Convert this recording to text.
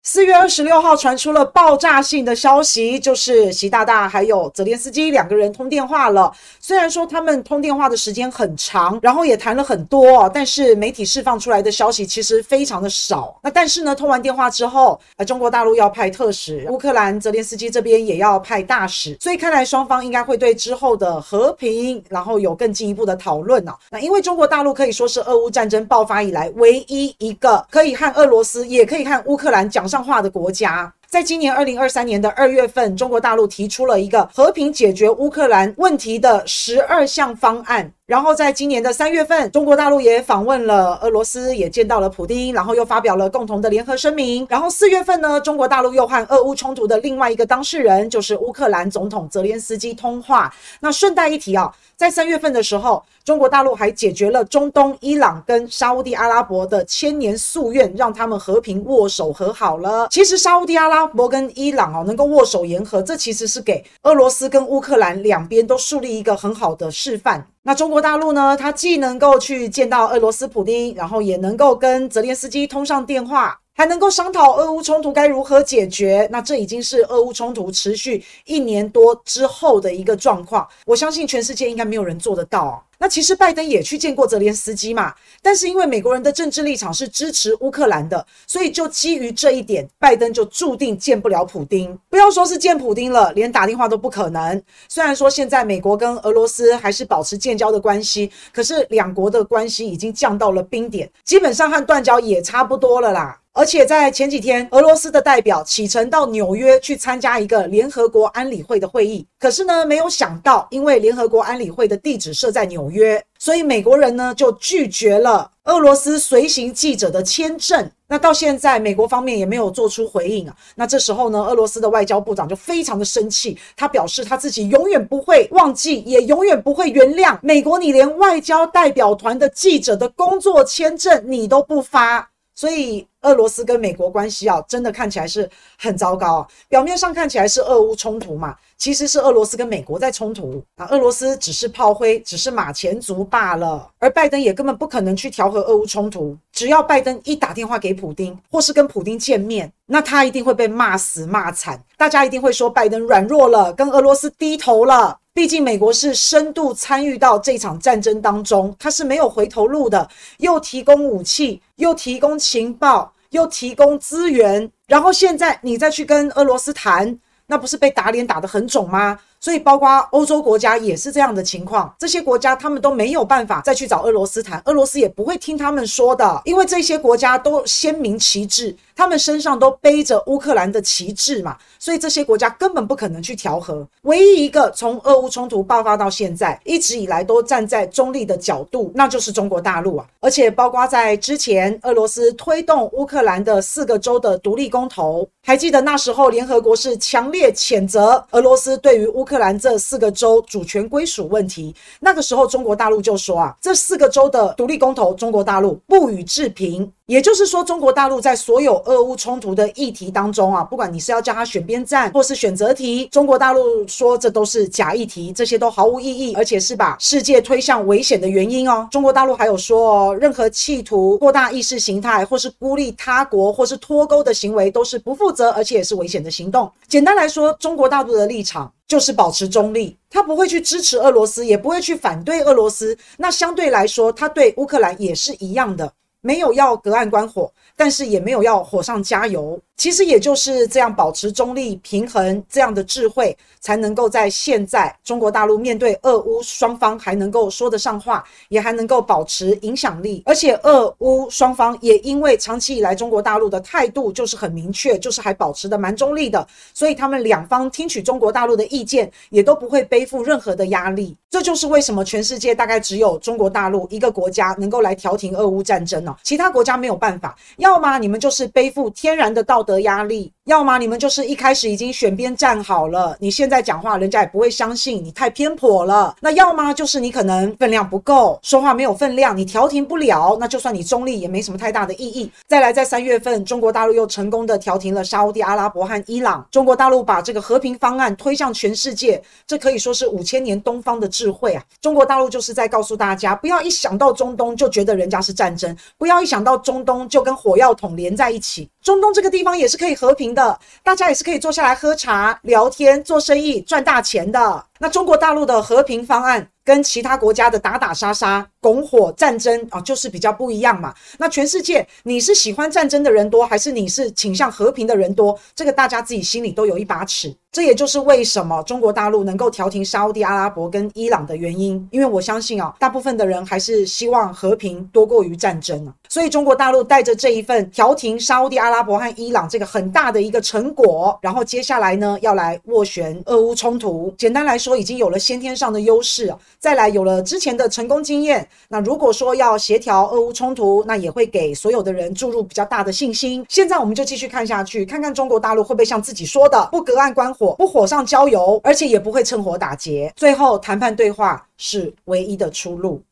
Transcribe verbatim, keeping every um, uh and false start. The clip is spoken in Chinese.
四月二十六号传出了爆炸性的消息，就是习大大还有泽连斯基两个人通电话了。虽然说他们通电话的时间很长，然后也谈了很多，但是媒体释放出来的消息其实非常的少。那但是呢，通完电话之后，呃，中国大陆要派特使，乌克兰泽连斯基这边也要派大使，所以看来双方应该会对之后的和平，然后有更进一步的讨论啊。那因为中国大陆可以说是俄乌战争爆发以来唯一一个可以和俄罗斯也可以和乌克兰讲上话的国家。在今年二零二三年的二月份，中国大陆提出了一个和平解决乌克兰问题的十二项方案。然后在今年的三月份，中国大陆也访问了俄罗斯，也见到了普丁，然后又发表了共同的联合声明。然后四月份呢，中国大陆又和俄乌冲突的另外一个当事人，就是乌克兰总统泽连斯基通话。那顺带一提啊，在三月份的时候，中国大陆还解决了中东伊朗跟沙烏地阿拉伯的千年夙愿，让他们和平握手和好了。其实沙烏地阿拉伯跟伊朗哦能够握手言和，这其实是给俄罗斯跟乌克兰两边都树立一个很好的示范。那中国大陆呢，它既能够去见到俄罗斯普丁，然后也能够跟泽连斯基通上电话，还能够商讨俄乌冲突该如何解决。那这已经是俄乌冲突持续一年多之后的一个状况，我相信全世界应该没有人做得到啊。那其实拜登也去见过泽连斯基嘛，但是因为美国人的政治立场是支持乌克兰的，所以就基于这一点，拜登就注定见不了普丁。不要说是见普丁了，连打电话都不可能。虽然说现在美国跟俄罗斯还是保持建交的关系，可是两国的关系已经降到了冰点，基本上和断交也差不多了啦。而且在前几天，俄罗斯的代表启程到纽约去参加一个联合国安理会的会议。可是呢，没有想到，因为联合国安理会的地址设在纽约，所以美国人呢就拒绝了俄罗斯随行记者的签证。那到现在，美国方面也没有做出回应啊。那这时候呢，俄罗斯的外交部长就非常的生气，他表示他自己永远不会忘记，也永远不会原谅美国，你连外交代表团的记者的工作签证你都不发。所以俄罗斯跟美国关系啊，真的看起来是很糟糕啊。表面上看起来是俄乌冲突嘛，其实是俄罗斯跟美国在冲突啊。俄罗斯只是炮灰，只是马前卒罢了。而拜登也根本不可能去调和俄乌冲突。只要拜登一打电话给普丁，或是跟普丁见面，那他一定会被骂死骂惨。大家一定会说拜登软弱了，跟俄罗斯低头了。毕竟美国是深度参与到这场战争当中，它是没有回头路的，又提供武器，又提供情报，又提供资源，然后现在你再去跟俄罗斯谈，那不是被打脸打得很肿吗？所以包括欧洲国家也是这样的情况，这些国家他们都没有办法再去找俄罗斯谈，俄罗斯也不会听他们说的，因为这些国家都鲜明旗帜，他们身上都背着乌克兰的旗帜嘛，所以这些国家根本不可能去调和。唯一一个从俄乌冲突爆发到现在一直以来都站在中立的角度，那就是中国大陆啊。而且包括在之前俄罗斯推动乌克兰的四个州的独立公投，还记得那时候联合国是强烈谴责俄罗斯对于乌克兰这四个州主权归属问题，那个时候中国大陆就说啊，这四个州的独立公投中国大陆不予置评。也就是说，中国大陆在所有俄乌冲突的议题当中啊，不管你是要叫他选边站或是选择题，中国大陆说这都是假议题，这些都毫无意义，而且是把世界推向危险的原因哦。中国大陆还有说哦，任何企图扩大意识形态或是孤立他国或是脱钩的行为都是不负责，而且也是危险的行动。简单来说，中国大陆的立场就是保持中立，他不会去支持俄罗斯，也不会去反对俄罗斯。那相对来说，他对乌克兰也是一样的，没有要隔岸观火，但是也没有要火上加油。其实也就是这样保持中立平衡这样的智慧，才能够在现在中国大陆面对俄乌双方还能够说得上话，也还能够保持影响力。而且俄乌双方也因为长期以来中国大陆的态度就是很明确，就是还保持得蛮中立的，所以他们两方听取中国大陆的意见也都不会背负任何的压力。这就是为什么全世界大概只有中国大陆一个国家能够来调停俄乌战争哦，其他国家没有办法。要么你们就是背负天然的道德压力，要么你们就是一开始已经选边站好了，你现在讲话人家也不会相信，你太偏颇了。那要么就是你可能分量不够，说话没有分量，你调停不了，那就算你中立也没什么太大的意义。再来，在三月份中国大陆又成功的调停了沙烏地阿拉伯和伊朗，中国大陆把这个和平方案推向全世界，这可以说是五千年东方的智慧啊。中国大陆就是在告诉大家，不要一想到中东就觉得人家是战争， 不要一想到中东就跟火药桶连在一起。中东这个地方也是可以和平的，大家也是可以坐下来喝茶、聊天、做生意、赚大钱的。那中国大陆的和平方案跟其他国家的打打杀杀、拱火战争啊，就是比较不一样嘛。那全世界你是喜欢战争的人多，还是你是倾向和平的人多？这个大家自己心里都有一把尺。这也就是为什么中国大陆能够调停沙烏地阿拉伯跟伊朗的原因，因为我相信啊，大部分的人还是希望和平多过于战争啊。所以中国大陆带着这一份调停沙烏地阿拉伯和伊朗这个很大的一个成果，然后接下来呢要来斡旋俄乌冲突。简单来说，已经有了先天上的优势，再来有了之前的成功经验。那如果说要协调俄乌冲突，那也会给所有的人注入比较大的信心。现在我们就继续看下去，看看中国大陆会不会像自己说的，不隔岸观火，不火上浇油，而且也不会趁火打劫。最后谈判对话是唯一的出路。